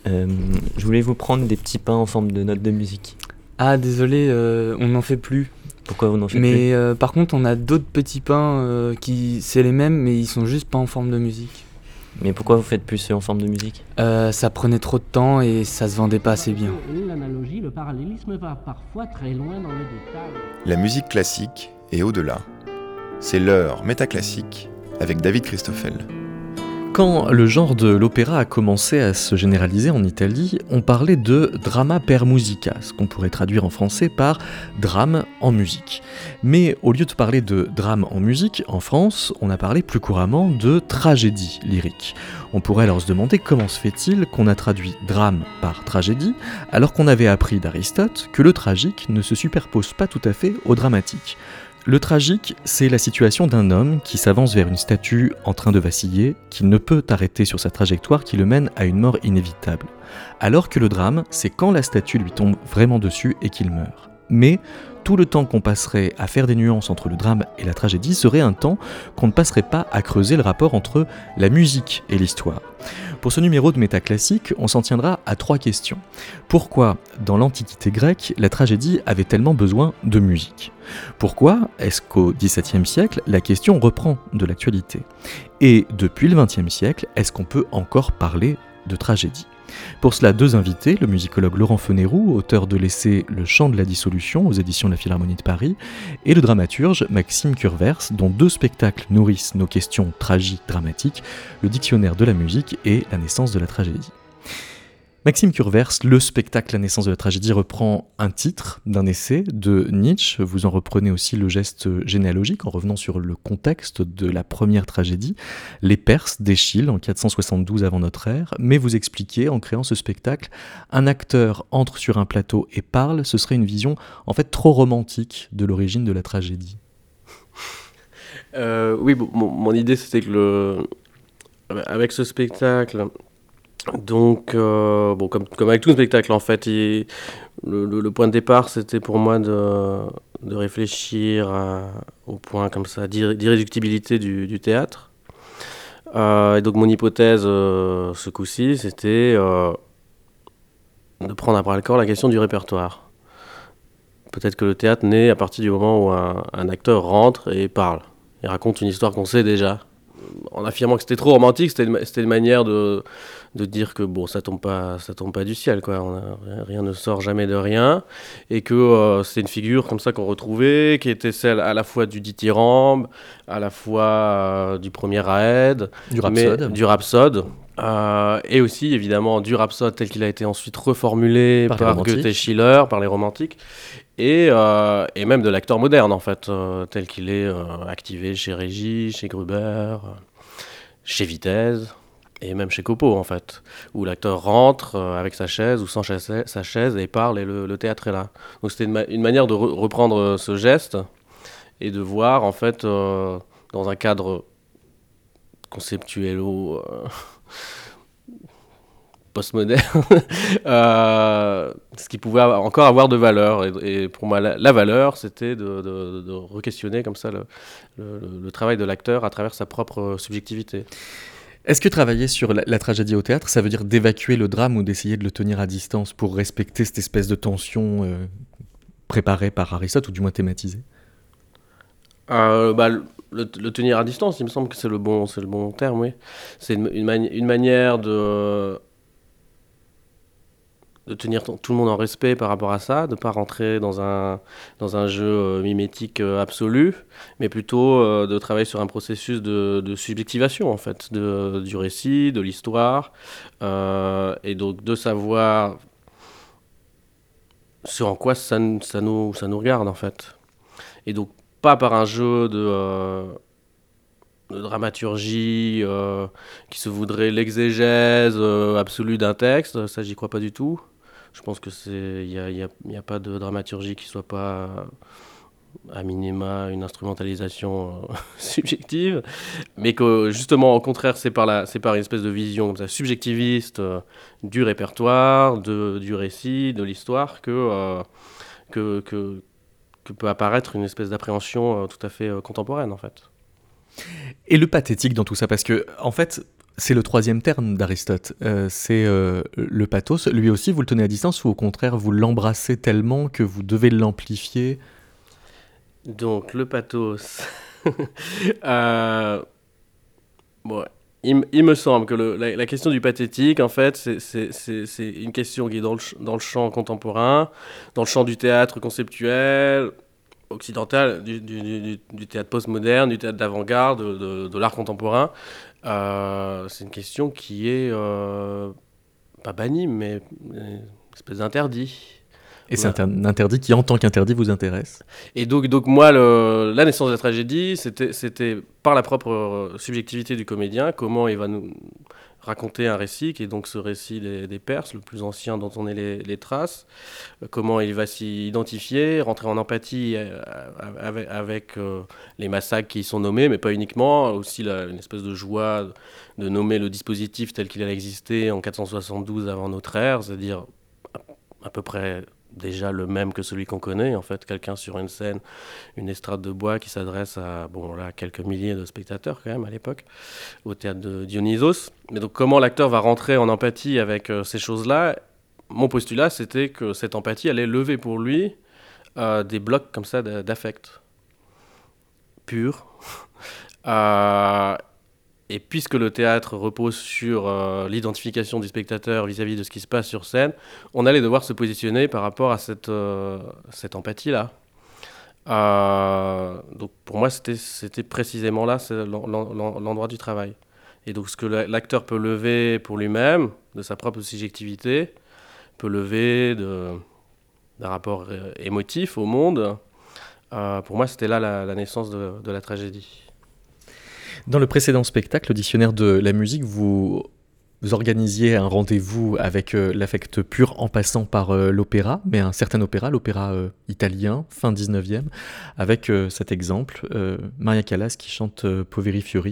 Je voulais vous prendre des petits pains en forme de notes de musique. Ah désolé, on n'en fait plus. Pourquoi vous n'en faites plus? Mais par contre on a d'autres petits pains qui c'est les mêmes mais ils sont juste pas en forme de musique. Mais pourquoi vous faites plus ceux en forme de musique? Ça prenait trop de temps et ça se vendait pas assez bien. L'analogie, le parallélisme va parfois très loin dans le détail. La musique classique et au-delà. C'est l'heure métaclassique avec David Christoffel. Quand le genre de l'opéra a commencé à se généraliser en Italie, on parlait de drama per musica, ce qu'on pourrait traduire en français par drame en musique. Mais au lieu de parler de drame en musique, en France, on a parlé plus couramment de tragédie lyrique. On pourrait alors se demander comment se fait-il qu'on a traduit drame par tragédie, alors qu'on avait appris d'Aristote que le tragique ne se superpose pas tout à fait au dramatique. Le tragique, c'est la situation d'un homme qui s'avance vers une statue en train de vaciller, qui ne peut arrêter sur sa trajectoire qui le mène à une mort inévitable. Alors que le drame, c'est quand la statue lui tombe vraiment dessus et qu'il meurt. Mais tout le temps qu'on passerait à faire des nuances entre le drame et la tragédie serait un temps qu'on ne passerait pas à creuser le rapport entre la musique et l'histoire. Pour ce numéro de Métaclassique, on s'en tiendra à 3 questions. Pourquoi, dans l'Antiquité grecque, la tragédie avait tellement besoin de musique ? Pourquoi est-ce qu'au XVIIe siècle, la question reprend de l'actualité ? Et depuis le XXe siècle, est-ce qu'on peut encore parler de tragédie ? Pour cela, 2 invités, le musicologue Laurent Fenerou, auteur de l'essai Le chant de la dissolution aux éditions de la Philharmonie de Paris, et le dramaturge Maxime Curvers, dont 2 spectacles nourrissent nos questions tragiques-dramatiques, le dictionnaire de la musique et la naissance de la tragédie. Maxime Curvers, le spectacle La naissance de la tragédie reprend un titre d'un essai de Nietzsche. Vous en reprenez aussi le geste généalogique en revenant sur le contexte de la première tragédie, les Perses d'Échille en 472 avant notre ère. Mais vous expliquez, en créant ce spectacle, un acteur entre sur un plateau et parle, ce serait une vision en fait trop romantique de l'origine de la tragédie. Oui, mon idée c'était que avec ce spectacle, donc, comme avec tout spectacle, en fait, le point de départ, c'était pour moi de réfléchir au point comme ça d'irréductibilité du théâtre. Et donc, mon hypothèse, ce coup-ci, c'était de prendre à bras-le-corps la question du répertoire. Peut-être que le théâtre naît à partir du moment où un acteur rentre et parle, et raconte une histoire qu'on sait déjà. En affirmant que c'était trop romantique, c'était une manière de dire que bon, ça tombe pas du ciel, quoi. Rien ne sort jamais de rien, et que c'est une figure comme ça qu'on retrouvait, qui était celle à la fois du dithyrambe, à la fois du premier Aède, du rhapsode, et aussi évidemment du rhapsode tel qu'il a été ensuite reformulé par Goethe et Schiller, par les romantiques. Et même de l'acteur moderne, en fait, tel qu'il est activé chez Régis, chez Gruber, chez Vitesse, et même chez Copo, en fait, où l'acteur rentre avec sa chaise ou sans sa chaise et parle, et le théâtre est là. Donc c'était une manière de reprendre ce geste et de voir, en fait, dans un cadre conceptuel postmoderne, ce qui pouvait encore avoir de valeur. Et pour moi, la valeur, c'était de re-questionner comme ça le travail de l'acteur à travers sa propre subjectivité. Est-ce que travailler sur la tragédie au théâtre, ça veut dire d'évacuer le drame ou d'essayer de le tenir à distance pour respecter cette espèce de tension préparée par Aristote, ou du moins thématisée ? Le tenir à distance, il me semble que c'est le bon terme, oui. C'est une manière de tenir tout le monde en respect par rapport à ça, de ne pas rentrer dans un jeu mimétique absolu, mais plutôt de travailler sur un processus de subjectivation, en fait, du récit, de l'histoire, et donc de savoir sur en quoi ça nous regarde, en fait. Et donc, pas par un jeu de dramaturgie qui se voudrait l'exégèse absolue d'un texte, ça j'y crois pas du tout. Je pense que y a pas de dramaturgie qui soit pas à minima une instrumentalisation subjective, mais que justement au contraire c'est par une espèce de vision comme ça, subjectiviste du répertoire, du récit, de l'histoire que peut apparaître une espèce d'appréhension tout à fait contemporaine, en fait. Et le pathétique dans tout ça, parce que en fait C'est le troisième terme d'Aristote, c'est le pathos. Lui aussi, vous le tenez à distance ou au contraire, vous l'embrassez tellement que vous devez l'amplifier? Donc, le pathos. Bon, il me semble que la question du pathétique, en fait, c'est une question qui est dans le champ contemporain, dans le champ du théâtre conceptuel, occidental, du théâtre postmoderne, du théâtre d'avant-garde, de l'art contemporain. C'est une question qui est pas bannie, mais une espèce d'interdit. Et c'est un interdit qui, en tant qu'interdit, vous intéresse? Et donc moi, la naissance de la tragédie, c'était par la propre subjectivité du comédien, comment il va nous raconter un récit, qui est donc ce récit des Perses, le plus ancien dont on ait les traces, comment il va s'y identifier, rentrer en empathie avec les massacres qui y sont nommés, mais pas uniquement, aussi une espèce de joie de nommer le dispositif tel qu'il a existé en 472 avant notre ère, c'est-à-dire à peu près déjà le même que celui qu'on connaît, en fait, quelqu'un sur une scène, une estrade de bois qui s'adresse à quelques milliers de spectateurs quand même à l'époque, au théâtre de Dionysos. Mais donc comment l'acteur va rentrer en empathie avec ces choses-là, mon postulat c'était que cette empathie allait lever pour lui des blocs comme ça d'affect pur. Et puisque le théâtre repose sur l'identification du spectateur vis-à-vis de ce qui se passe sur scène, on allait devoir se positionner par rapport à cette empathie-là. Donc pour moi, c'était précisément là, c'est l'endroit du travail. Et donc ce que l'acteur peut lever pour lui-même, de sa propre subjectivité, peut lever d'un rapport émotif au monde, pour moi, c'était là la naissance de la tragédie. Dans le précédent spectacle, le dictionnaire de la musique, vous organisiez un rendez-vous avec l'affect pur en passant par l'opéra, mais un certain opéra, l'opéra italien, fin 19e, avec cet exemple, Maria Callas qui chante Poveri Fiori.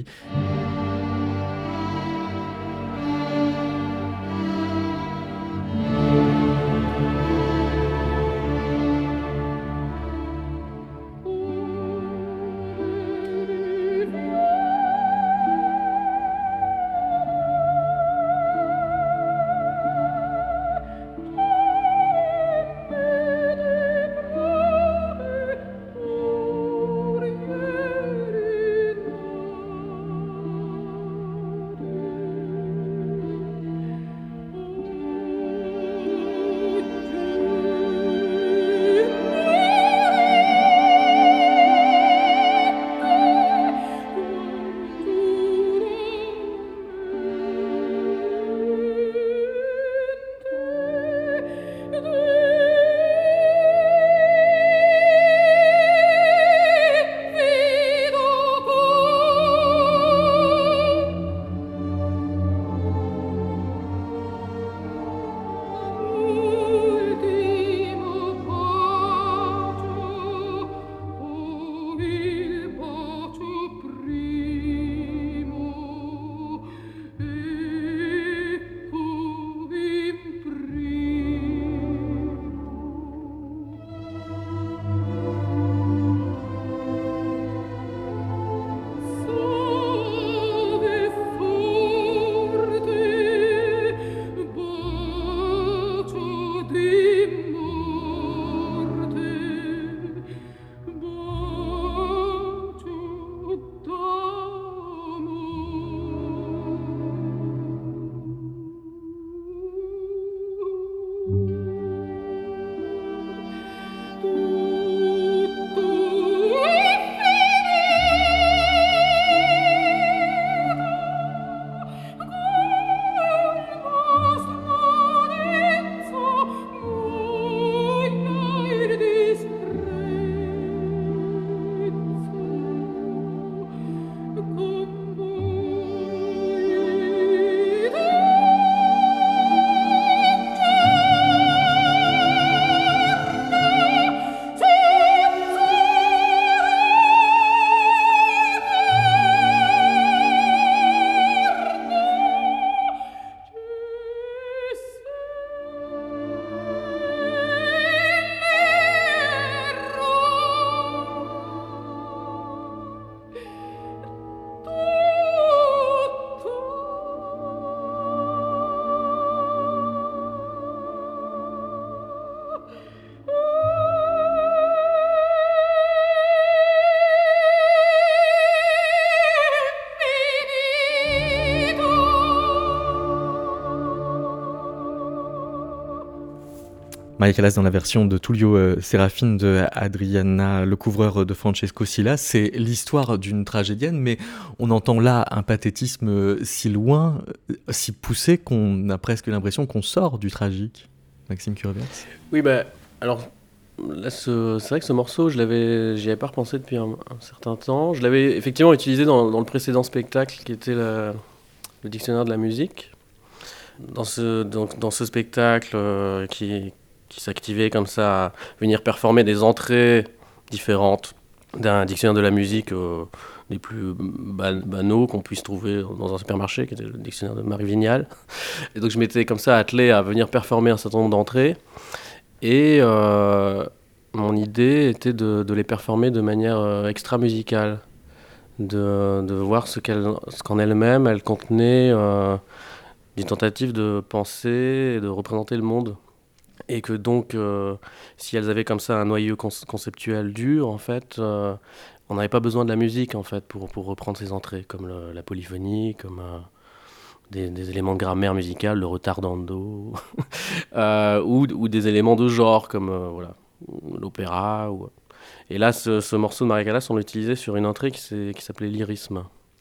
Maria Callas dans la version de Tullio Serafine de Adriana Lecouvreur de Francesco Silla, c'est l'histoire d'une tragédienne, mais on entend là un pathétisme si loin, si poussé qu'on a presque l'impression qu'on sort du tragique. Maxime Curvers. Oui, alors là, c'est vrai que ce morceau, j'y avais pas repensé depuis un certain temps. Je l'avais effectivement utilisé dans le précédent spectacle qui était le dictionnaire de la musique. Dans ce spectacle qui s'activait comme ça à venir performer des entrées différentes d'un dictionnaire de la musique les plus banaux qu'on puisse trouver dans un supermarché, qui était le dictionnaire de Marie Vignal. Et donc je m'étais comme ça attelé à venir performer un certain nombre d'entrées. Et mon idée était de les performer de manière extra-musicale, de voir ce qu'en elle-même elle contenait d'une tentative de penser et de représenter le monde. Et que donc, si elles avaient comme ça un noyau conceptuel dur, en fait, on n'avait pas besoin de la musique, en fait, pour reprendre ces entrées, comme la polyphonie, comme des éléments de grammaire musicale, le retardando, ou des éléments de genre, comme l'opéra. Et là, ce morceau de Maria Callas, on l'utilisait sur une entrée qui s'appelait Lyrisme.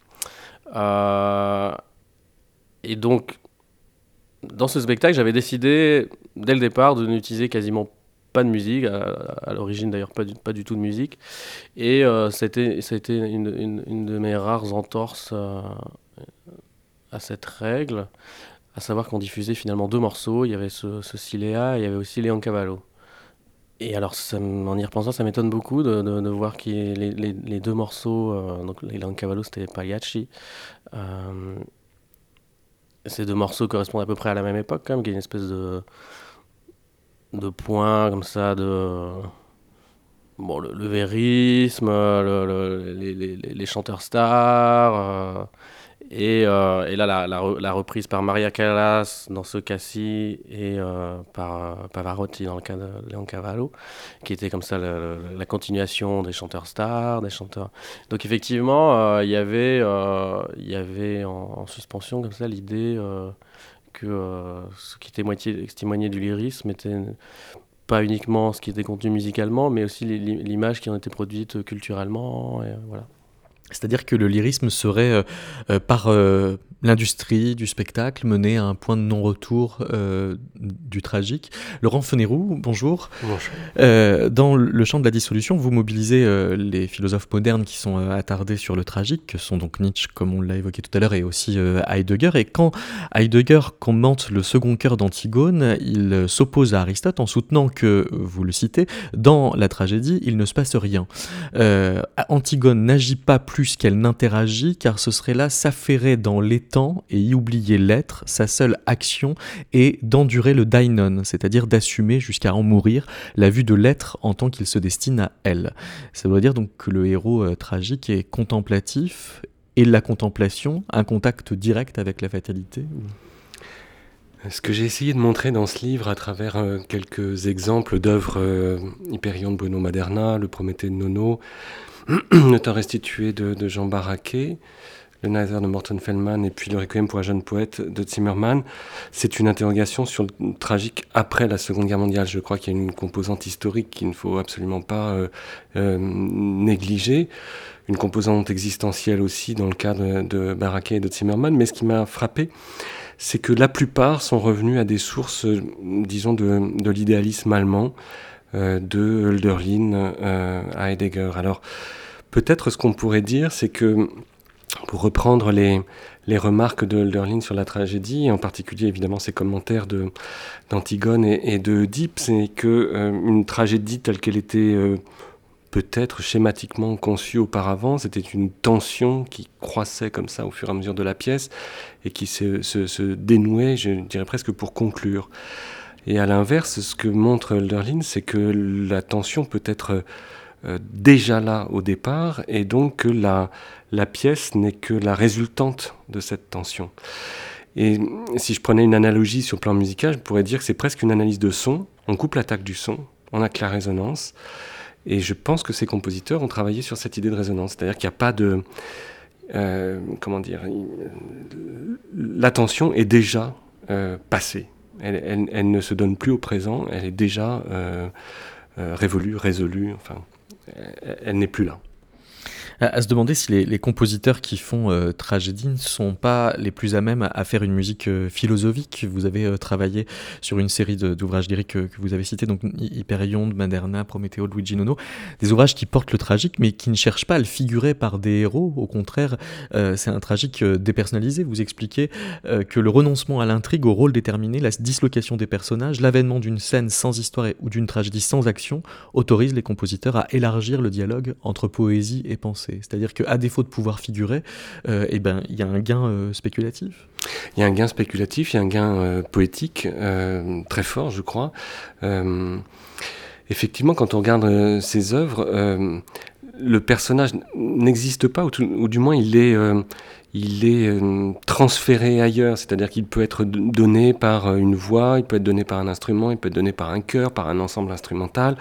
Et donc, dans ce spectacle, j'avais décidé, dès le départ, de n'utiliser quasiment pas de musique, à l'origine d'ailleurs pas du tout de musique. Et ça a été une de mes rares entorses à cette règle, à savoir qu'on diffusait finalement 2 morceaux. Il y avait ce Silea et il y avait aussi Leoncavallo. Et alors, en y repensant, ça m'étonne beaucoup de voir que les 2 morceaux, donc Leoncavallo c'était Pagliacci, ces 2 morceaux correspondent à peu près à la même époque, quand même, qui est une espèce de point comme ça, le vérisme, les chanteurs stars, et là la reprise par Maria Callas dans ce cas-ci, et par Pavarotti dans le cas de Leoncavallo, qui était comme ça la continuation des chanteurs stars, des chanteurs. Donc effectivement, il y avait en suspension comme ça l'idée que ce qui témoignait du lyrisme était pas uniquement ce qui était contenu musicalement, mais aussi l'image qui en était produite culturellement, et voilà. C'est-à-dire que le lyrisme serait, par l'industrie du spectacle, mené à un point de non-retour du tragique. Laurent Fenerou, bonjour. Bonjour. Dans le champ de la dissolution, vous mobilisez les philosophes modernes qui sont attardés sur le tragique, que sont donc Nietzsche, comme on l'a évoqué tout à l'heure, et aussi Heidegger. Et quand Heidegger commente le second chœur d'Antigone, il s'oppose à Aristote en soutenant que, vous le citez, dans la tragédie, il ne se passe rien. Antigone n'agit pas plus qu'elle n'interagit, car ce serait là s'affairer dans l'étang et y oublier l'être. Sa seule action est d'endurer le dainon, c'est-à-dire d'assumer jusqu'à en mourir la vue de l'être en tant qu'il se destine à elle. Ça veut dire donc que le héros tragique est contemplatif, et la contemplation, un contact direct avec la fatalité Ce que j'ai essayé de montrer dans ce livre à travers quelques exemples d'œuvres Hyperion de Bruno Maderna, Le Prométhée de Nono, Le temps restitué de Jean Barraquet, Le Neither de Morton Feldman et puis Le Requiem pour un jeune poète de Zimmermann, c'est une interrogation sur le tragique après la Seconde Guerre mondiale. Je crois qu'il y a une composante historique qu'il ne faut absolument pas négliger, une composante existentielle aussi dans le cas de Barraquet et de Zimmermann, mais ce qui m'a frappé, c'est que la plupart sont revenus à des sources, disons, de l'idéalisme allemand, de Hölderlin à Heidegger. Alors, peut-être ce qu'on pourrait dire, c'est que, pour reprendre les remarques de Hölderlin sur la tragédie, et en particulier évidemment ses commentaires d'Antigone et de Oedipe, c'est qu'une tragédie telle qu'elle était peut-être schématiquement conçue auparavant, c'était une tension qui croissait comme ça au fur et à mesure de la pièce et qui se dénouait, je dirais presque pour conclure. Et à l'inverse, ce que montre Hölderlin, c'est que la tension peut être déjà là au départ, et donc que la pièce n'est que la résultante de cette tension. Et si je prenais une analogie sur le plan musical, je pourrais dire que c'est presque une analyse de son. On coupe l'attaque du son, on a que la résonance, et je pense que ces compositeurs ont travaillé sur cette idée de résonance, c'est-à-dire qu'il n'y a pas de... la tension est déjà passée. Elle ne se donne plus au présent, elle est déjà révolue, résolue, enfin, elle n'est plus là. À se demander si les compositeurs qui font tragédie ne sont pas les plus à même à faire une musique philosophique. Vous avez travaillé sur une série d'ouvrages lyriques que vous avez cités, donc Hyperion, Maderna, Prométhée, Luigi Nono, des ouvrages qui portent le tragique mais qui ne cherchent pas à le figurer par des héros. Au contraire, c'est un tragique dépersonnalisé. Vous expliquez que le renoncement à l'intrigue, au rôle déterminé, la dislocation des personnages, l'avènement d'une scène sans histoire ou d'une tragédie sans action autorise les compositeurs à élargir le dialogue entre poésie et pensée. C'est-à-dire qu'à défaut de pouvoir figurer, il y a un gain spéculatif. Il y a un gain spéculatif, il y a un gain poétique très fort, je crois. Effectivement, quand on regarde ces œuvres, le personnage n'existe pas, ou du moins il est transféré ailleurs, c'est-à-dire qu'il peut être donné par une voix, il peut être donné par un instrument, il peut être donné par un chœur, par un ensemble instrumental.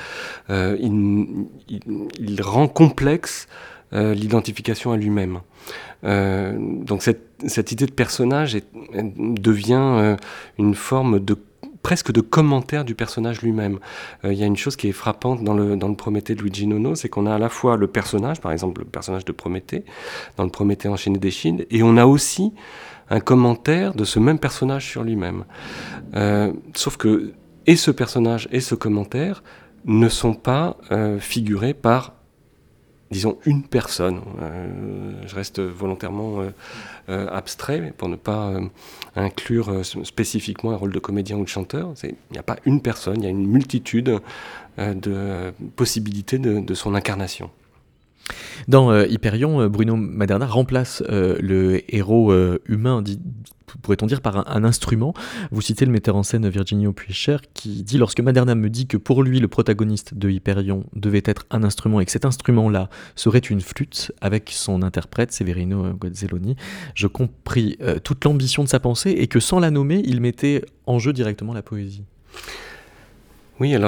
Il rend complexe l'identification à lui-même. Donc cette idée de personnage devient une forme presque de commentaire du personnage lui-même. Il y a une chose qui est frappante dans le Prométhée de Luigi Nono, c'est qu'on a à la fois le personnage, par exemple le personnage de Prométhée, dans le Prométhée enchaîné d'Échine, et on a aussi un commentaire de ce même personnage sur lui-même. Sauf que et ce personnage et ce commentaire ne sont pas figurés par, disons, une personne. Je reste volontairement abstrait pour ne pas inclure spécifiquement un rôle de comédien ou de chanteur. Il n'y a pas une personne, il y a une multitude de possibilités de son incarnation. Dans Hyperion, Bruno Maderna remplace le héros humain, pourrait-on dire, par un instrument. Vous citez le metteur en scène Virginio Puischer qui dit « Lorsque Maderna me dit que pour lui le protagoniste de Hyperion devait être un instrument et que cet instrument-là serait une flûte avec son interprète Severino Guazzelloni, je compris toute l'ambition de sa pensée et que sans la nommer, il mettait en jeu directement la poésie. » Oui, alors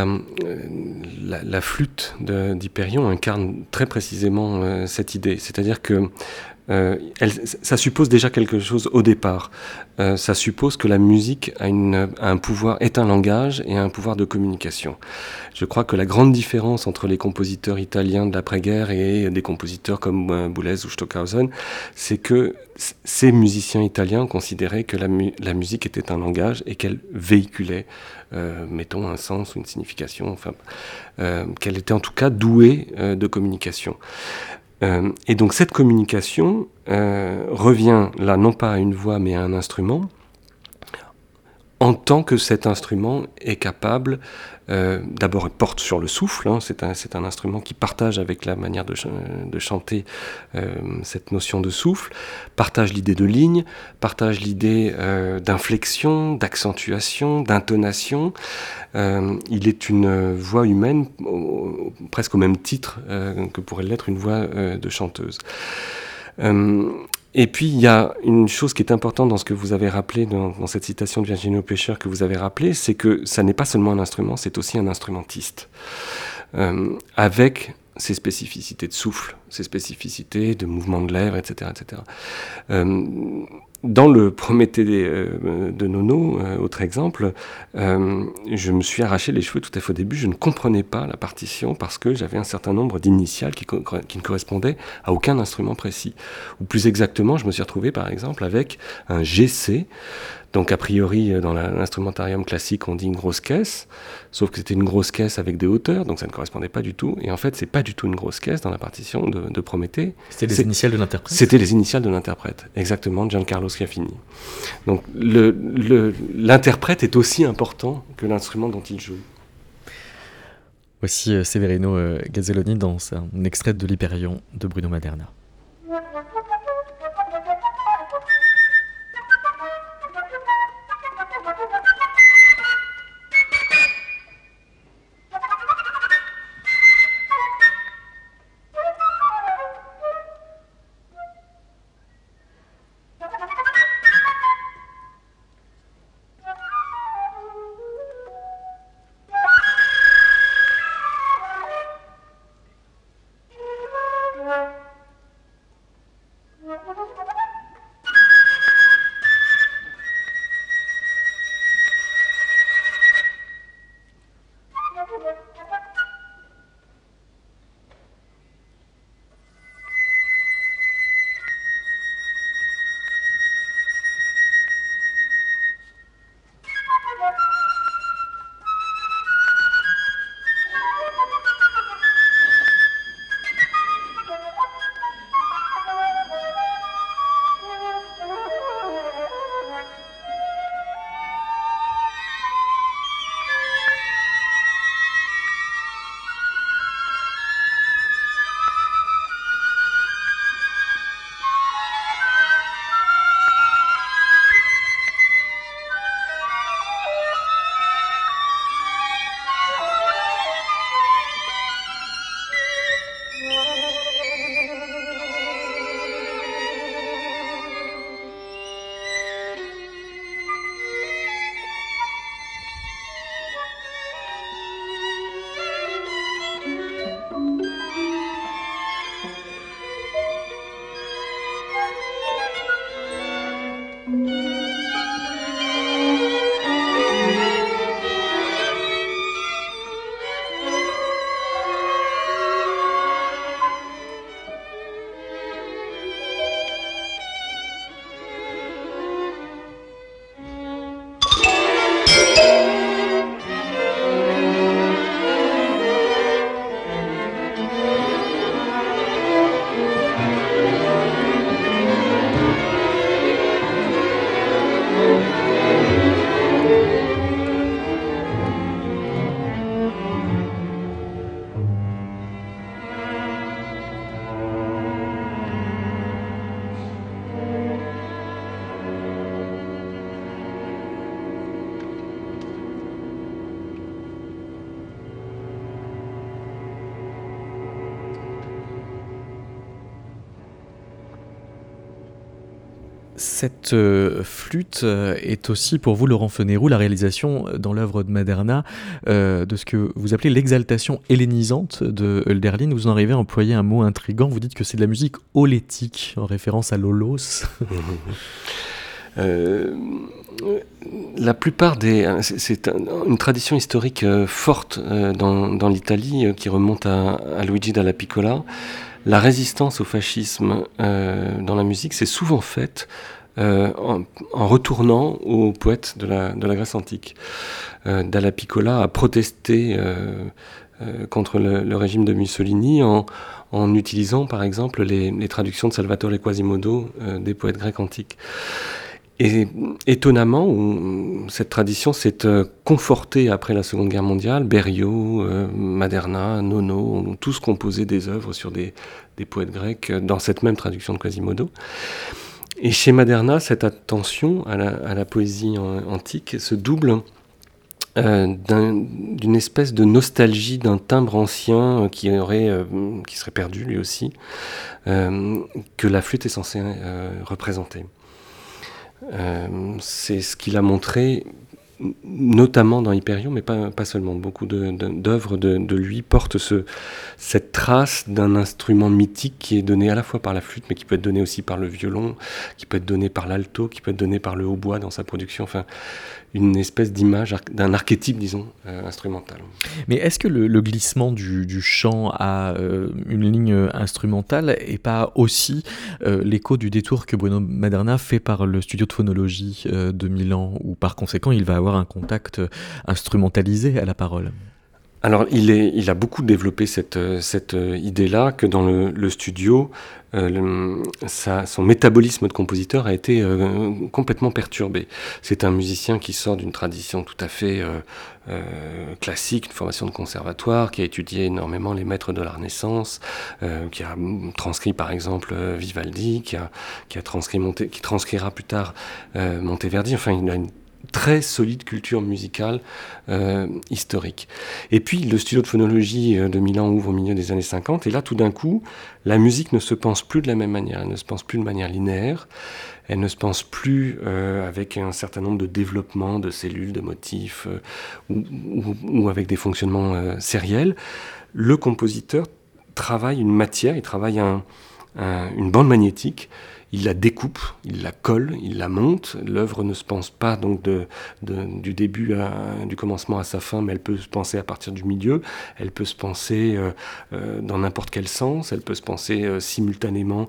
la flûte d'Hyperion incarne très précisément cette idée. C'est-à-dire que ça suppose déjà quelque chose au départ. Ça suppose que la musique a un pouvoir, est un langage et un pouvoir de communication. Je crois que la grande différence entre les compositeurs italiens de l'après-guerre et des compositeurs comme Boulez ou Stockhausen, c'est que ces musiciens italiens considéraient que la musique était un langage et qu'elle véhiculait, mettons, un sens ou une signification, enfin, qu'elle était en tout cas douée de communication. Et donc cette communication revient là non pas à une voix mais à un instrument, en tant que cet instrument est capable, d'abord porte sur le souffle, hein, c'est un instrument qui partage avec la manière de chanter cette notion de souffle, partage l'idée de ligne, partage l'idée d'inflexion, d'accentuation, d'intonation. Il est une voix humaine presque au même titre que pourrait l'être une voix de chanteuse. Et puis il y a une chose qui est importante dans ce que vous avez rappelé, dans cette citation de Virginio Puischer que vous avez rappelé, c'est que ça n'est pas seulement un instrument, c'est aussi un instrumentiste, avec ses spécificités de souffle, ses spécificités de mouvement de lèvres, etc. etc. Dans le Prométhée de Nono, autre exemple, je me suis arraché les cheveux tout à fait au début. Je ne comprenais pas la partition parce que j'avais un certain nombre d'initiales qui ne correspondaient à aucun instrument précis. Ou plus exactement, je me suis retrouvé par exemple avec un GC. Donc a priori, dans l'instrumentarium classique, on dit une grosse caisse, sauf que c'était une grosse caisse avec des hauteurs, donc ça ne correspondait pas du tout. Et en fait, c'est pas du tout une grosse caisse dans la partition de Prométhée. C'était les initiales de l'interprète. C'était les initiales de l'interprète, exactement, Giancarlo Schiaffini. Donc l'interprète est aussi important que l'instrument dont il joue. Voici Severino Guazzelloni dans un extrait de l'Hyperion de Bruno Maderna. Cette flûte est aussi pour vous, Laurent Fenerou, la réalisation dans l'œuvre de Maderna de ce que vous appelez l'exaltation hellénisante de Hölderlin. Vous en arrivez à employer un mot intriguant, vous dites que c'est de la musique holétique, en référence à l'holos. La plupart c'est une tradition historique forte dans l'Italie qui remonte à Luigi Dalla Piccola. La résistance au fascisme dans la musique s'est souvent faite en retournant aux poètes de la Grèce antique. Dalla Piccola a protesté contre le régime de Mussolini en utilisant par exemple les traductions de Salvatore Quasimodo des poètes grecs antiques. Et étonnamment, cette tradition s'est confortée après la Seconde Guerre mondiale. Berio, Maderna, Nono ont tous composé des œuvres sur des poètes grecs dans cette même traduction de Quasimodo. Et chez Maderna, cette attention à la poésie antique se double d'une espèce de nostalgie d'un timbre ancien qui serait perdu lui aussi, que la flûte est censée représenter. C'est ce qu'il a montré notamment dans Hyperion, mais pas seulement. Beaucoup d'œuvres de lui portent cette trace d'un instrument mythique qui est donné à la fois par la flûte, mais qui peut être donné aussi par le violon, qui peut être donné par l'alto, qui peut être donné par le hautbois dans sa production. Enfin, une espèce d'image, d'un archétype, disons, instrumental. Mais est-ce que le glissement du chant à une ligne instrumentale n'est pas aussi l'écho du détour que Bruno Maderna fait par le studio de phonologie de Milan, où par conséquent il va avoir un contact instrumentalisé à la parole? Alors, il a beaucoup développé cette idée-là, que dans le studio, son métabolisme de compositeur a été complètement perturbé. C'est un musicien qui sort d'une tradition tout à fait classique, une formation de conservatoire, qui a étudié énormément les maîtres de la Renaissance, qui a transcrit par exemple Vivaldi, qui transcrira plus tard Monteverdi. Enfin, il a une très solide culture musicale historique. Et puis le studio de phonologie de Milan ouvre au milieu des années 50, et là tout d'un coup, la musique ne se pense plus de la même manière, elle ne se pense plus de manière linéaire, elle ne se pense plus avec un certain nombre de développements de cellules, de motifs, ou avec des fonctionnements sériels. Le compositeur travaille une matière, il travaille une bande magnétique. Il la découpe, il la colle, il la monte. L'œuvre ne se pense pas donc du début du commencement à sa fin, mais elle peut se penser à partir du milieu. Elle peut se penser dans n'importe quel sens. Elle peut se penser simultanément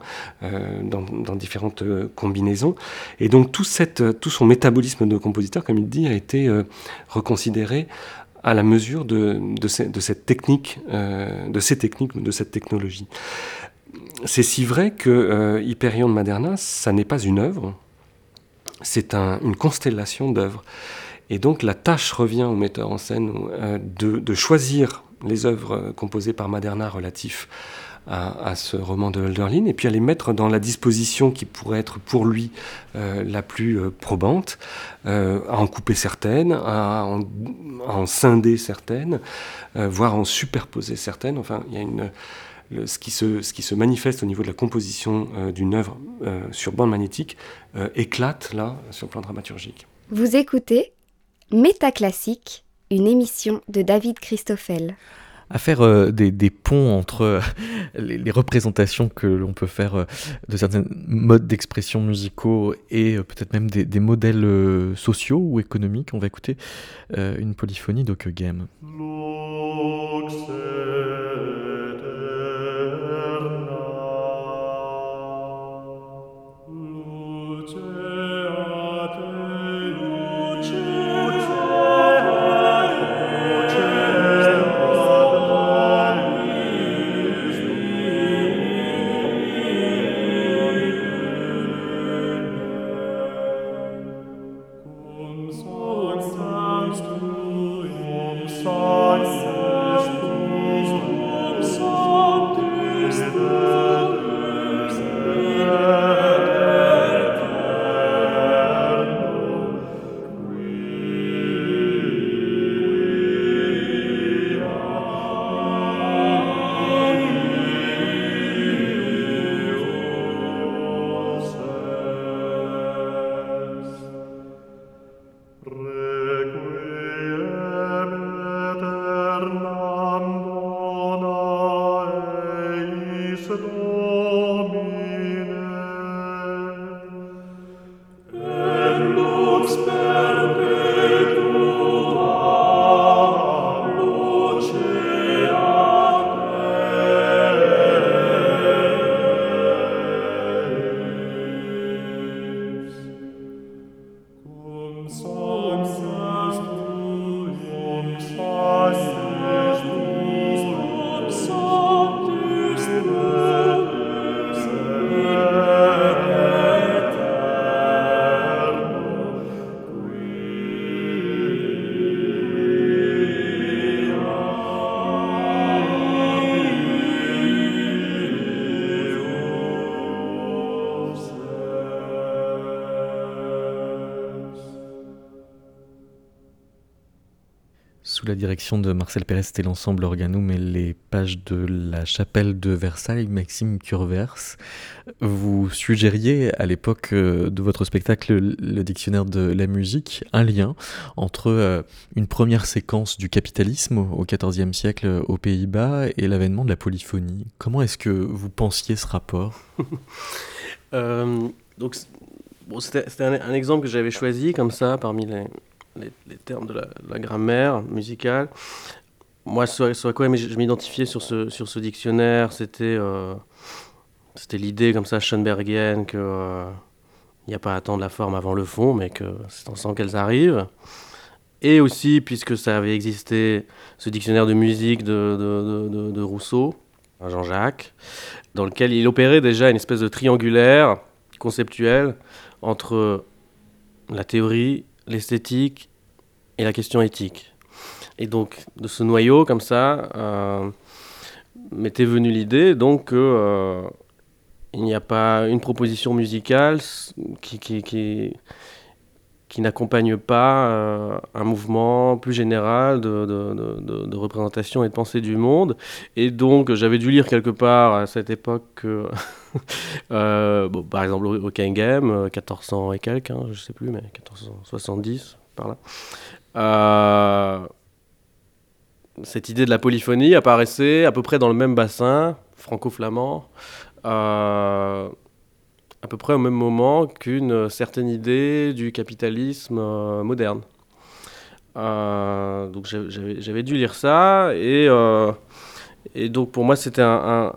dans différentes combinaisons. Et donc tout son métabolisme de compositeur, comme il dit, a été reconsidéré à la mesure de cette technique, de cette technologie. C'est si vrai que Hyperion de Maderna, ça n'est pas une œuvre, c'est une constellation d'œuvres. Et donc la tâche revient au metteur en scène de choisir les œuvres composées par Maderna relatifs à ce roman de Hölderlin, et puis à les mettre dans la disposition qui pourrait être pour lui la plus probante, à en couper certaines, à en scinder certaines, voire en superposer certaines. Enfin, il y a ce qui se manifeste au niveau de la composition d'une œuvre sur bande magnétique éclate là sur le plan dramaturgique. Vous écoutez Métaclassique, une émission de David Christoffel. À faire des ponts entre les représentations que l'on peut faire de certains modes d'expression musicaux et peut-être même des modèles sociaux ou économiques. On va écouter une polyphonie d'Ockeghem. Song sous la direction de Marcel Pérez, c'était l'ensemble Organum et les pages de la chapelle de Versailles, Maxime Curvers. Vous suggériez à l'époque de votre spectacle Le dictionnaire de la musique, un lien entre une première séquence du capitalisme au XIVe siècle aux Pays-Bas et l'avènement de la polyphonie. Comment est-ce que vous pensiez ce rapport ? Donc, c'était un exemple que j'avais choisi comme ça parmi les termes de la grammaire musicale. Moi, sur quoi je m'identifiais sur ce dictionnaire, c'était l'idée comme ça schoenbergienne qu'il n'y a pas à attendre la forme avant le fond, mais que c'est en sent qu'elles arrivent. Et aussi, puisque ça avait existé, ce dictionnaire de musique de Rousseau, Jean-Jacques, dans lequel il opérait déjà une espèce de triangulaire conceptuel entre la théorie, l'esthétique et la question éthique. Et donc, de ce noyau, comme ça, m'était venue l'idée donc il n'y a pas une proposition musicale qui n'accompagne pas un mouvement plus général de représentation et de pensée du monde. Et donc, j'avais dû lire quelque part à cette époque que, par exemple, au Kingem, 1400 et quelques, je ne sais plus, mais 1470, par là. Cette idée de la polyphonie apparaissait à peu près dans le même bassin, franco-flamand, à peu près au même moment qu'une certaine idée du capitalisme moderne. Donc j'avais dû lire ça, et donc pour moi c'était un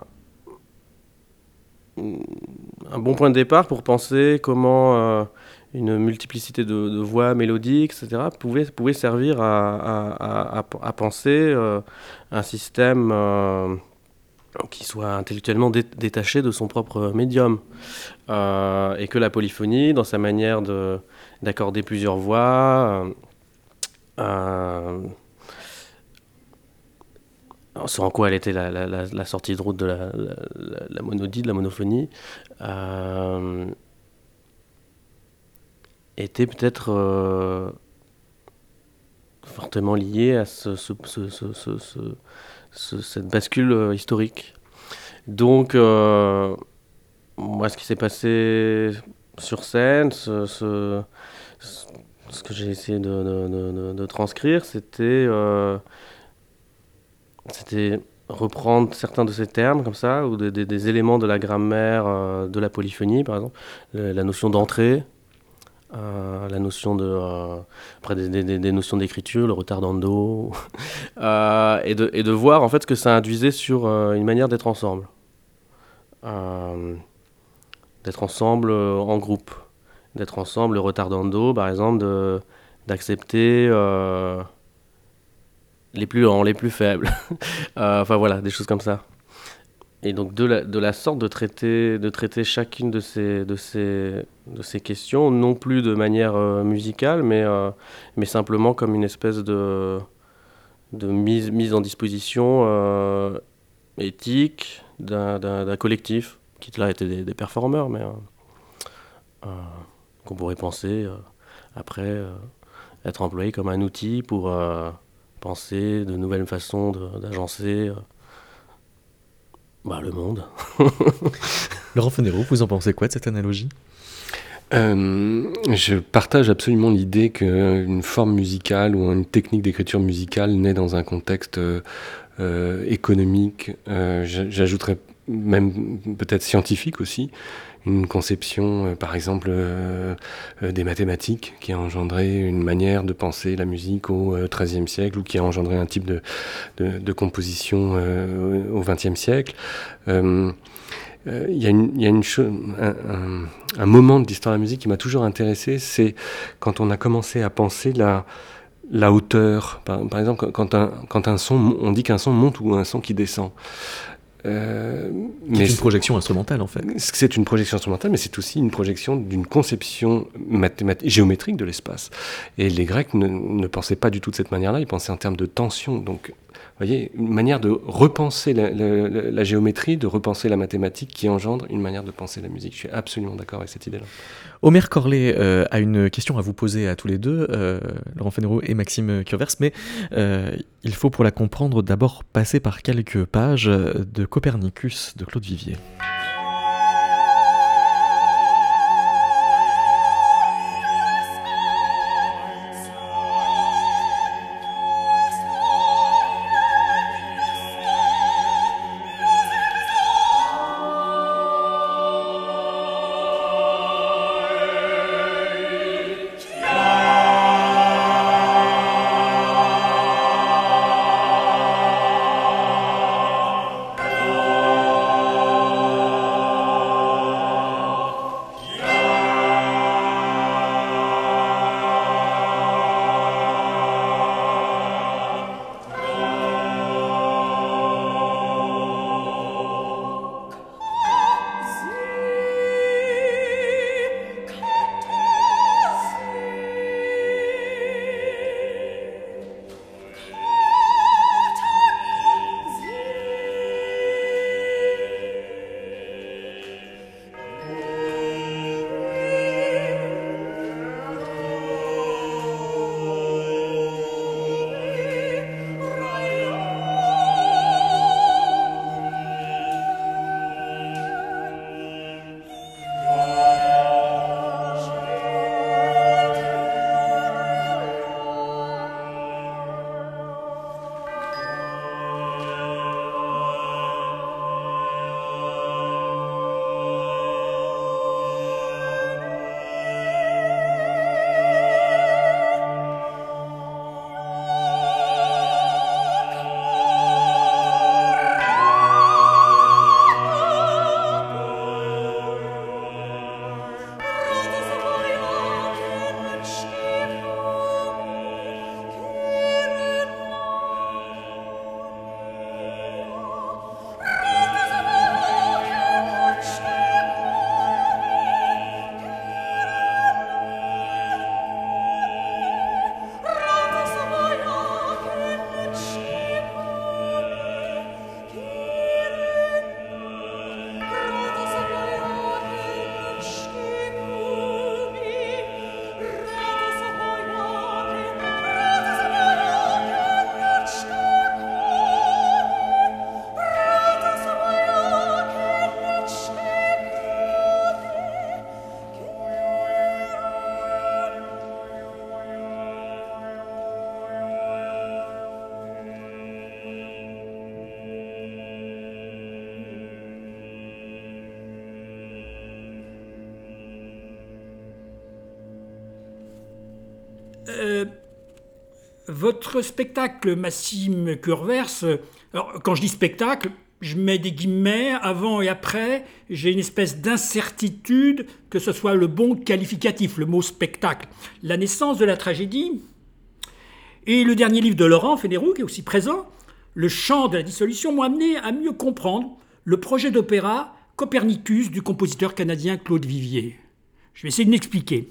bon point de départ pour penser comment une multiplicité de voix mélodiques, etc., pouvait servir à penser un système qui soit intellectuellement détaché de son propre médium. Et que la polyphonie, dans sa manière d'accorder plusieurs voix, sur en quoi elle était la sortie de route de la monodie, de la monophonie, était peut-être fortement liée à cette bascule historique. Donc, moi, ce qui s'est passé sur scène, ce que j'ai essayé de transcrire, c'était reprendre certains de ces termes, comme ça, ou des éléments de la grammaire de la polyphonie, par exemple, la notion d'entrée, la notion après des notions d'écriture, le retardando, et de voir en fait ce que ça induisait sur une manière d'être ensemble. D'être ensemble en groupe. D'être ensemble, le retardando, par exemple, d'accepter les plus lents, les plus faibles. Enfin voilà, des choses comme ça. Et donc de la sorte de traiter chacune de ces questions, non plus de manière musicale, mais simplement comme une espèce de mise en disposition éthique d'un collectif, qui là étaient des performeurs, mais qu'on pourrait penser après être employé comme un outil pour penser de nouvelles façons d'agencer le monde. Laurent Fenero, vous en pensez quoi de cette analogie ? Je partage absolument l'idée qu'une forme musicale ou une technique d'écriture musicale naît dans un contexte économique, j'ajouterais même peut-être scientifique aussi, une conception par exemple des mathématiques qui a engendré une manière de penser la musique au XIIIe siècle, ou qui a engendré un type de composition au XXe siècle. Il y a un moment de l'histoire de la musique qui m'a toujours intéressé, c'est quand on a commencé à penser la hauteur. Par exemple, quand un son, on dit qu'un son monte ou un son qui descend. C'est une projection instrumentale en fait. C'est une projection instrumentale, mais c'est aussi une projection d'une conception géométrique de l'espace. Et les Grecs ne pensaient pas du tout de cette manière-là, ils pensaient en termes de tension. Donc voyez, une manière de repenser la géométrie, de repenser la mathématique qui engendre une manière de penser la musique. Je suis absolument d'accord avec cette idée-là. Omer Corlet a une question à vous poser à tous les deux, Laurent Fénéroux et Maxime Curvers, mais il faut pour la comprendre d'abord passer par quelques pages de Copernicus de Claude Vivier. Votre spectacle, Maxime Curvers, alors, quand je dis spectacle, je mets des guillemets avant et après, j'ai une espèce d'incertitude que ce soit le bon qualificatif, le mot spectacle. La naissance de la tragédie et le dernier livre de Laurent Fénéroux, qui est aussi présent, Le chant de la dissolution, m'ont amené à mieux comprendre le projet d'opéra Copernicus du compositeur canadien Claude Vivier. Je vais essayer de m'expliquer.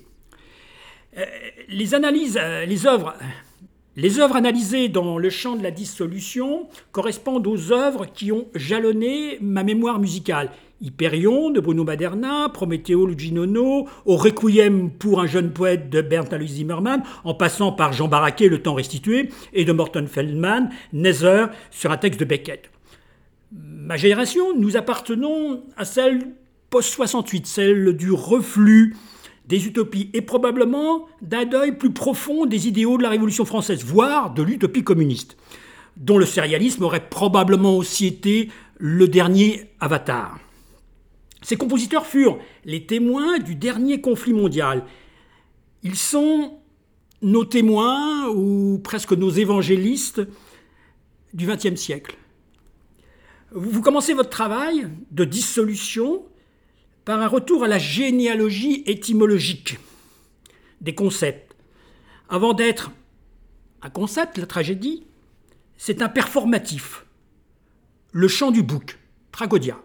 Les œuvres analysées dans Le chant de la dissolution correspondent aux œuvres qui ont jalonné ma mémoire musicale. Hyperion de Bruno Maderna, Prométhée Luigi Nono, au Requiem pour un jeune poète de Bernd Alois Zimmermann, en passant par Jean Barraquet, Le temps restitué, et de Morton Feldman, Nether, sur un texte de Beckett. Ma génération, nous appartenons à celle post-68, celle du reflux des utopies et probablement d'un deuil plus profond des idéaux de la Révolution française, voire de l'utopie communiste, dont le sérialisme aurait probablement aussi été le dernier avatar. Ces compositeurs furent les témoins du dernier conflit mondial. Ils sont nos témoins, ou presque nos évangélistes, du XXe siècle. Vous commencez votre travail de dissolution par un retour à la généalogie étymologique des concepts. Avant d'être un concept, la tragédie, c'est un performatif. Le chant du bouc, Tragodia.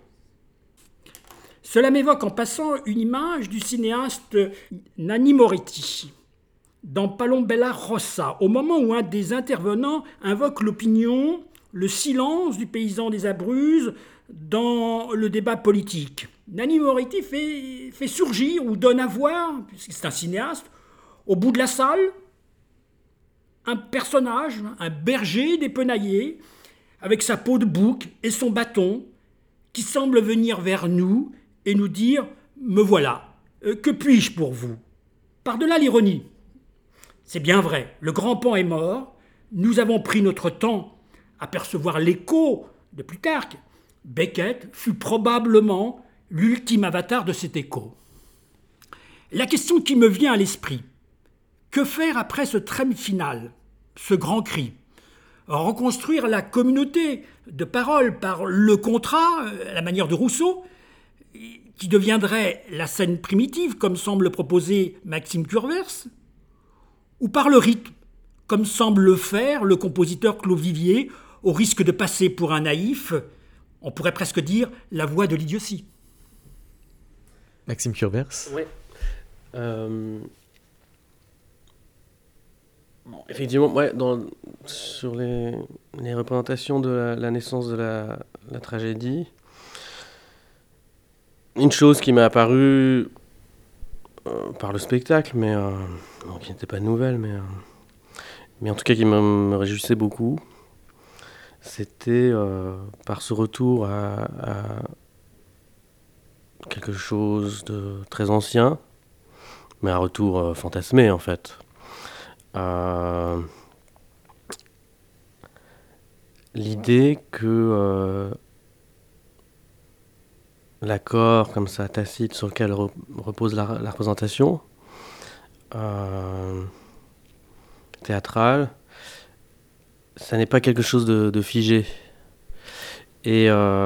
Cela m'évoque en passant une image du cinéaste Nanni Moretti dans Palombella Rossa, au moment où un des intervenants invoque l'opinion le silence du paysan des Abruzzes dans le débat politique. Nanni Moretti fait surgir ou donne à voir, puisque c'est un cinéaste, au bout de la salle, un personnage, un berger dépenaillé, avec sa peau de bouc et son bâton, qui semble venir vers nous et nous dire « Me voilà, que puis-je pour vous ?» Par-delà l'ironie. C'est bien vrai, le grand Pan est mort, nous avons pris notre temps à percevoir l'écho de Plutarque. Beckett fut probablement l'ultime avatar de cet écho. La question qui me vient à l'esprit, que faire après ce trême final, ce grand cri ? Reconstruire la communauté de paroles par le contrat, à la manière de Rousseau, qui deviendrait la scène primitive, comme semble le proposer Maxime Curvers, ou par le rythme, comme semble le faire le compositeur Claude Vivier, au risque de passer pour un naïf, on pourrait presque dire la voix de l'idiotie. Maxime Curvers. Oui. Effectivement, ouais, sur les représentations de la naissance de la tragédie, une chose qui m'est apparue par le spectacle, mais qui n'était pas nouvelle, mais en tout cas qui me réjouissait beaucoup, c'était par ce retour à quelque chose de très ancien, mais un retour fantasmé en fait. L'idée que l'accord comme ça tacite sur lequel repose la représentation théâtrale, ça n'est pas quelque chose de figé. Et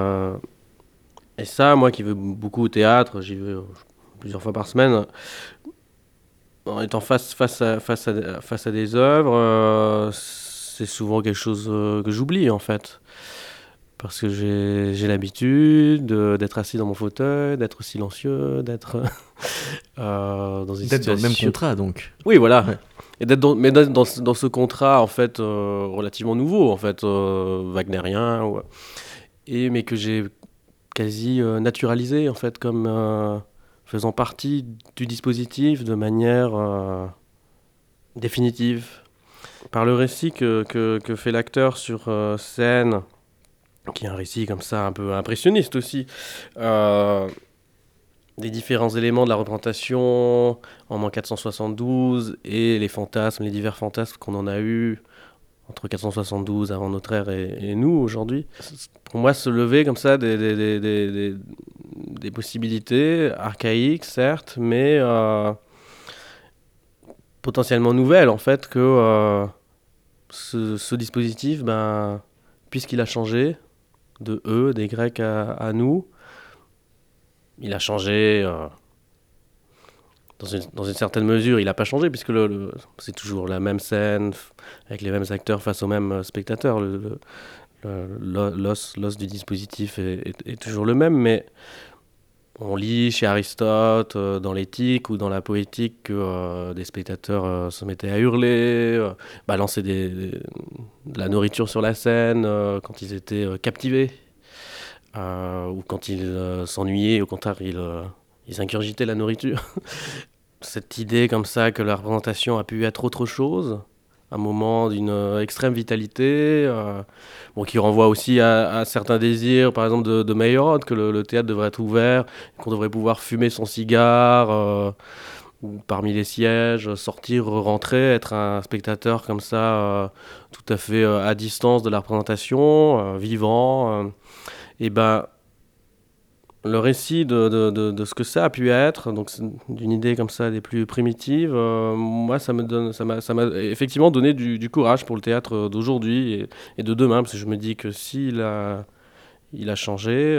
ça, moi qui vais beaucoup au théâtre, j'y vais plusieurs fois par semaine, en étant face à des œuvres, c'est souvent quelque chose que j'oublie en fait. Parce que j'ai l'habitude d'être assis dans mon fauteuil, d'être silencieux, d'être dans une D'être situation... dans le même contrat, donc. Oui, voilà. Ouais. Et d'être dans ce contrat, en fait, relativement nouveau, en fait, wagnérien, mais que j'ai quasi naturalisé, en fait, comme faisant partie du dispositif de manière définitive. Par le récit que fait l'acteur sur scène, qui est un récit comme ça un peu impressionniste aussi, des différents éléments de la représentation en 1472 et les fantasmes, les divers fantasmes qu'on en a eu entre 472 avant notre ère et nous aujourd'hui. Pour moi, se lever comme ça des possibilités archaïques, certes, mais potentiellement nouvelles, en fait, que ce dispositif, puisqu'il a changé de eux, des Grecs à nous, il a changé dans une certaine mesure. Il n'a pas changé puisque c'est toujours la même scène avec les mêmes acteurs face aux mêmes spectateurs. L'os du dispositif est toujours le même, mais on lit chez Aristote, dans l'éthique ou dans la poétique, que des spectateurs se mettaient à hurler, balancer de la nourriture sur la scène quand ils étaient captivés. Ou quand ils s'ennuyaient, au contraire, ils ingurgitaient la nourriture. Cette idée comme ça que la représentation a pu être autre chose, un moment d'une extrême vitalité, qui renvoie aussi à certains désirs, par exemple de Meyerhold, que le théâtre devrait être ouvert, qu'on devrait pouvoir fumer son cigare ou parmi les sièges, sortir, rentrer, être un spectateur comme ça, tout à fait à distance de la représentation, vivant. Et le récit de ce que ça a pu être, donc d'une idée comme ça des plus primitives, moi ça m'a effectivement donné du courage pour le théâtre d'aujourd'hui et de demain, parce que je me dis que s'il a changé,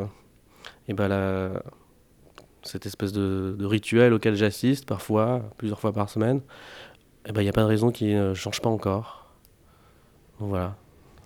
cette espèce de rituel auquel j'assiste parfois, plusieurs fois par semaine, il n'y a pas de raison qu'il ne change pas encore. Donc voilà.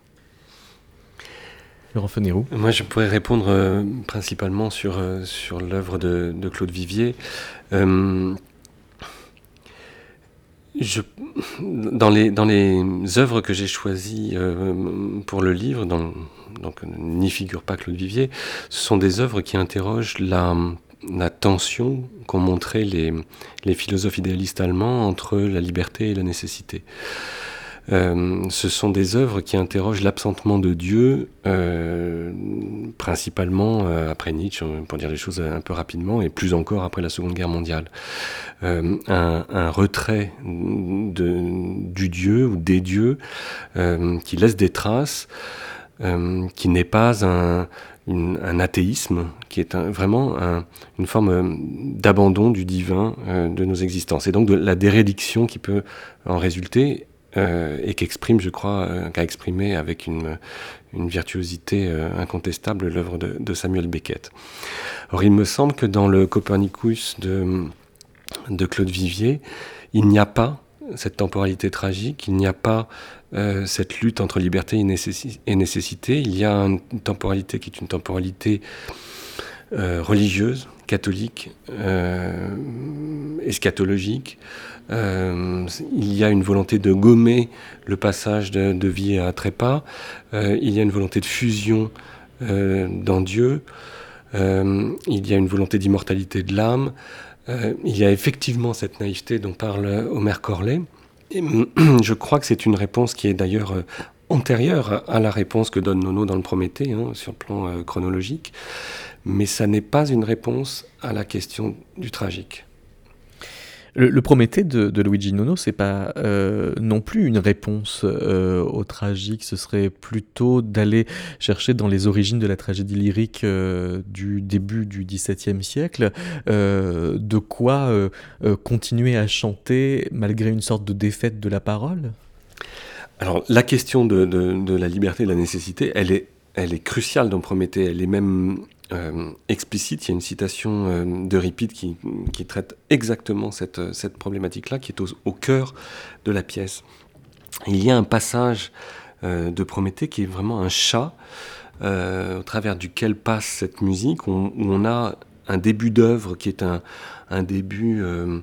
Laurent Fenérou. Moi, je pourrais répondre principalement sur l'œuvre de Claude Vivier. Dans les œuvres que j'ai choisies pour le livre, donc n'y figure pas Claude Vivier, ce sont des œuvres qui interrogent la tension qu'ont montré les philosophes idéalistes allemands entre la liberté et la nécessité. Ce sont des œuvres qui interrogent l'absentement de Dieu, principalement après Nietzsche, pour dire les choses un peu rapidement, et plus encore après la Seconde Guerre mondiale. Un retrait du Dieu ou des dieux qui laisse des traces, qui n'est pas un athéisme, qui est vraiment une forme d'abandon du divin de nos existences. Et donc de la dérédiction qui peut en résulter, et qu'exprime, je crois, qu'a exprimé avec une virtuosité incontestable l'œuvre de Samuel Beckett. Or, il me semble que dans le Copernicus de Claude Vivier, il n'y a pas cette temporalité tragique, il n'y a pas cette lutte entre liberté et nécessité, il y a une temporalité qui est une temporalité religieuse, catholique, eschatologique. Il y a une volonté de gommer le passage de vie à trépas, il y a une volonté de fusion dans Dieu, il y a une volonté d'immortalité de l'âme, il y a effectivement cette naïveté dont parle Omer Corley. Et je crois que c'est une réponse qui est d'ailleurs antérieure à la réponse que donne Nono dans le Prométhée, sur le plan chronologique, mais ça n'est pas une réponse à la question du tragique. Le Prométhée de Luigi Nono, c'est pas non plus une réponse au tragique, ce serait plutôt d'aller chercher dans les origines de la tragédie lyrique du début du XVIIe siècle, de quoi continuer à chanter malgré une sorte de défaite de la parole. Alors la question de la liberté et de la nécessité, elle est cruciale dans Prométhée, elle est même explicite. Il y a une citation d'Euripide qui traite exactement cette problématique-là, qui est au cœur de la pièce. Il y a un passage de Prométhée qui est vraiment un chat au travers duquel passe cette musique, où on a un début d'œuvre qui est un début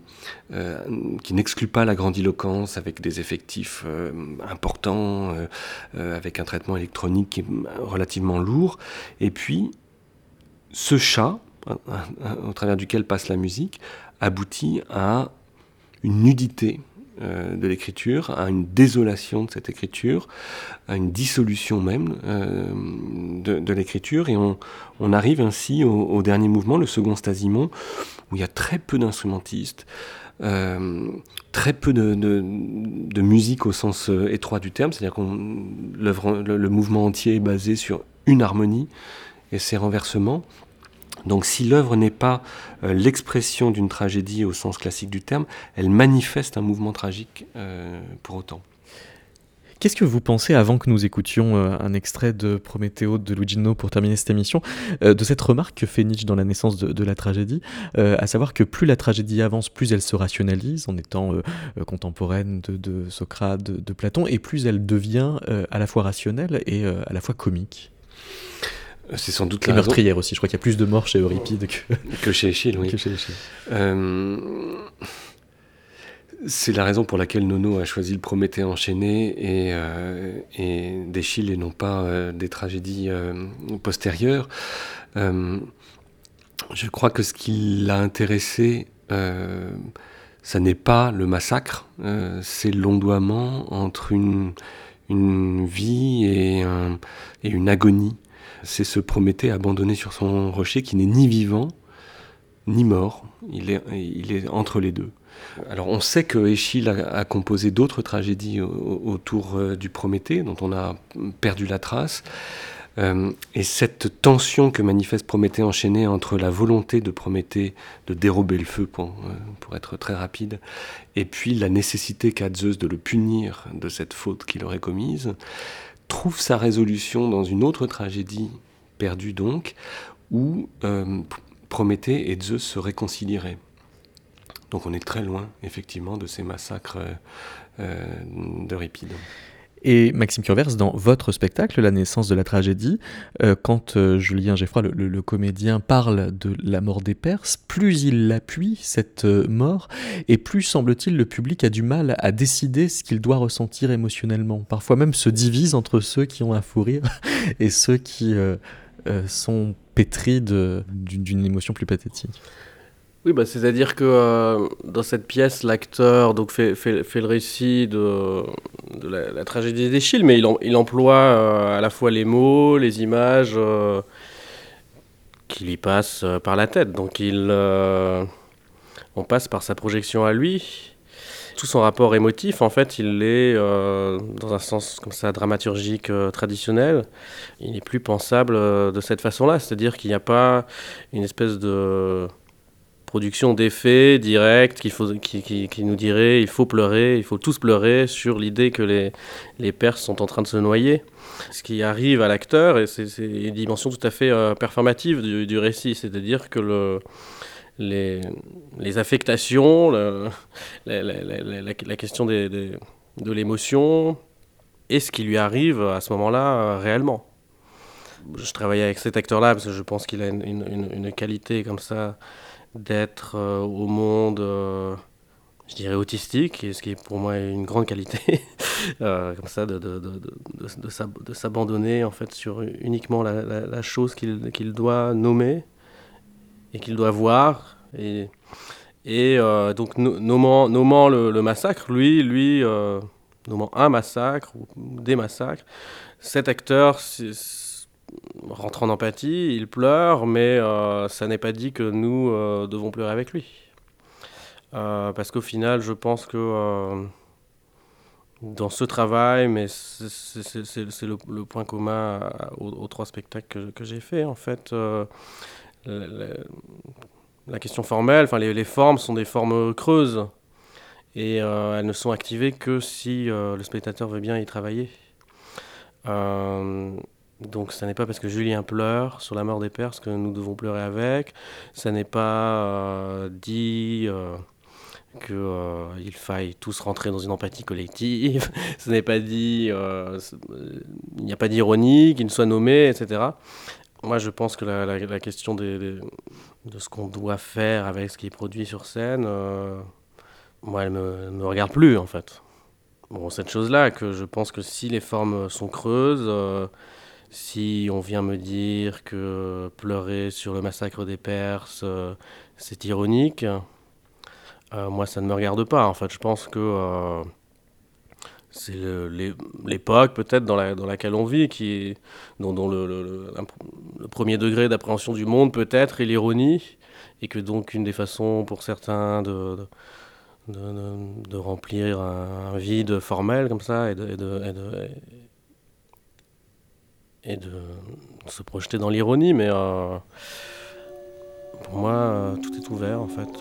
qui n'exclut pas la grandiloquence, avec des effectifs importants, avec un traitement électronique qui est relativement lourd, et puis ce chat, au travers duquel passe la musique, aboutit à une nudité de l'écriture, à une désolation de cette écriture, à une dissolution même de l'écriture, et on arrive ainsi au dernier mouvement, le second Stasimon, où il y a très peu d'instrumentistes, très peu de musique au sens étroit du terme, c'est-à-dire que le mouvement entier est basé sur une harmonie et ses renversements. Donc si l'œuvre n'est pas l'expression d'une tragédie au sens classique du terme, elle manifeste un mouvement tragique pour autant. Qu'est-ce que vous pensez, avant que nous écoutions un extrait de Prométhée de Luigi Nono pour terminer cette émission, de cette remarque que fait Nietzsche dans La naissance de la tragédie, à savoir que plus la tragédie avance, plus elle se rationalise en étant contemporaine de Socrate, de Platon, et plus elle devient à la fois rationnelle et à la fois comique. C'est sans doute la meurtrière aussi. Je crois qu'il y a plus de morts chez Euripide que chez Échille, oui. C'est la raison pour laquelle Nono a choisi le Prométhée enchaîné et d'Échille et non pas des tragédies postérieures. Je crois que ce qui l'a intéressé, ça n'est pas le massacre, c'est l'ondoiement entre une vie et une agonie. C'est ce Prométhée abandonné sur son rocher qui n'est ni vivant ni mort, il est entre les deux. Alors on sait que Échille a composé d'autres tragédies autour du Prométhée, dont on a perdu la trace, et cette tension que manifeste Prométhée enchaîné entre la volonté de Prométhée de dérober le feu, pour être très rapide, et puis la nécessité qu'a Zeus de le punir de cette faute qu'il aurait commise, trouve sa résolution dans une autre tragédie perdue donc, où Prométhée et Zeus se réconcilieraient. Donc on est très loin, effectivement, de ces massacres d'Euripide. Et Maxime Curvers, dans votre spectacle, La naissance de la tragédie, quand Julien Geffroy, le comédien, parle de la mort des Perses, plus il appuie cette mort, et plus, semble-t-il, le public a du mal à décider ce qu'il doit ressentir émotionnellement. Parfois même se divise entre ceux qui ont un fou rire et ceux qui sont pétris d'une émotion plus pathétique. Oui, c'est-à-dire que dans cette pièce, l'acteur donc fait le récit de la tragédie d'Échille, mais il emploie à la fois les mots, les images qui lui passent par la tête. Donc on passe par sa projection à lui. Tout son rapport émotif, en fait, il est dans un sens comme ça dramaturgique traditionnel. Il n'est plus pensable de cette façon-là, c'est-à-dire qu'il n'y a pas une espèce de production d'effets directs qui nous dirait il faut pleurer, il faut tous pleurer sur l'idée que les Perses sont en train de se noyer. Ce qui arrive à l'acteur, et c'est une dimension tout à fait performative du récit, c'est-à-dire que les affectations, la question de l'émotion et ce qui lui arrive à ce moment-là réellement. Je travaillais avec cet acteur-là parce que je pense qu'il a une qualité comme ça d'être au monde, je dirais autistique, et ce qui est pour moi une grande qualité, comme ça, de s'abandonner en fait sur uniquement la chose qu'il doit nommer et qu'il doit voir. Et donc nommant le massacre, lui nommant un massacre ou des massacres, cet acteur rentre en empathie, il pleure, mais ça n'est pas dit que nous devons pleurer avec lui. Parce qu'au final, je pense que dans ce travail, mais c'est le point commun aux 3 spectacles que j'ai fait, en fait, la question formelle, enfin les formes sont des formes creuses, et elles ne sont activées que si le spectateur veut bien y travailler. Donc ça n'est pas parce que Julien pleure sur la mort des Perses que nous devons pleurer avec. Ça n'est pas dit qu'il faille tous rentrer dans une empathie collective. Ça n'est pas dit... il n'y a pas d'ironie qui ne soit nommée, etc. Moi, je pense que la question de ce qu'on doit faire avec ce qui est produit sur scène, moi, elle me regarde plus, en fait. Bon, cette chose-là, que je pense que si les formes sont creuses... Si on vient me dire que pleurer sur le massacre des Perses, c'est ironique, moi ça ne me regarde pas. En fait, je pense que c'est l'époque peut-être dans laquelle on vit, dont le premier degré d'appréhension du monde peut-être est l'ironie, et que donc une des façons pour certains de remplir un vide formel comme ça et de se projeter dans l'ironie, mais pour moi, tout est ouvert, en fait.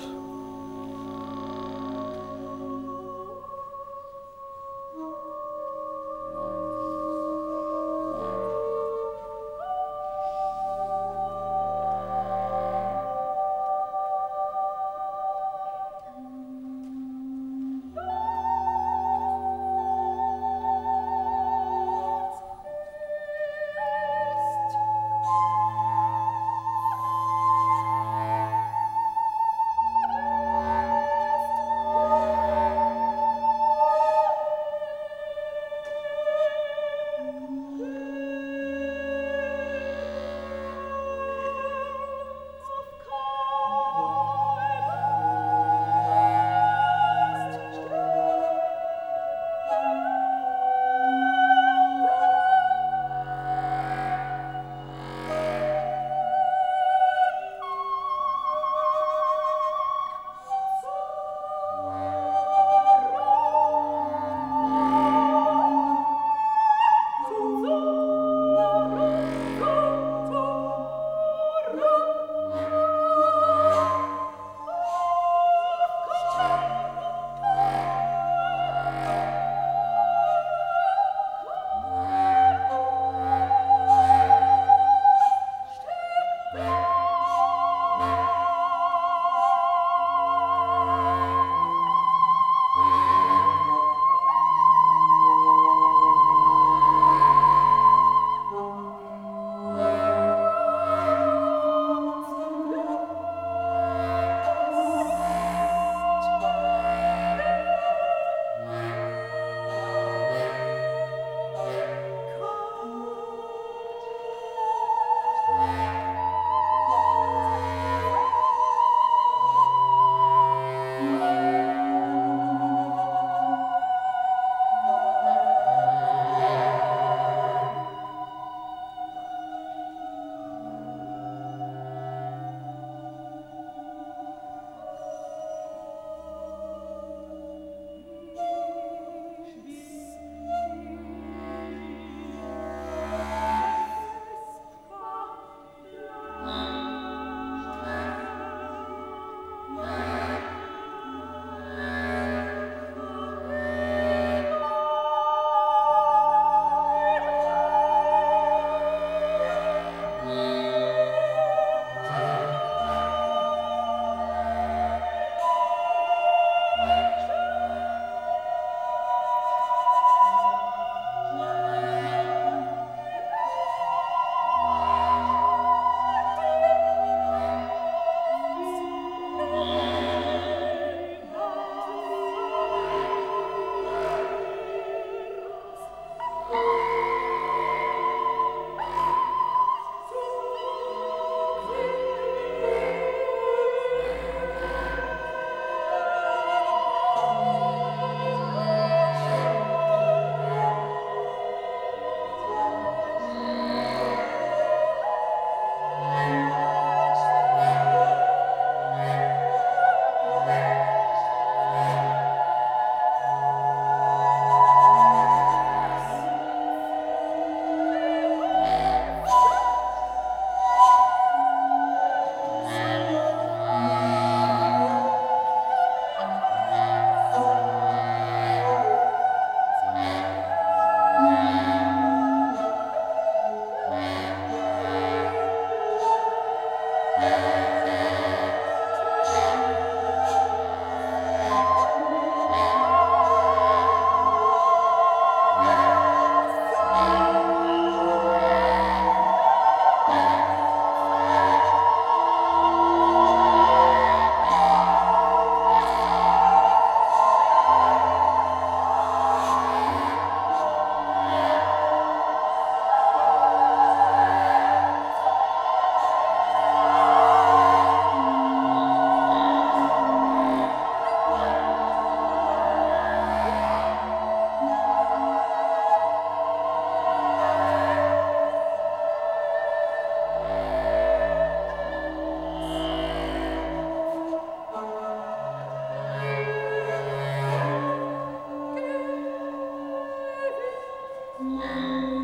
Thank you.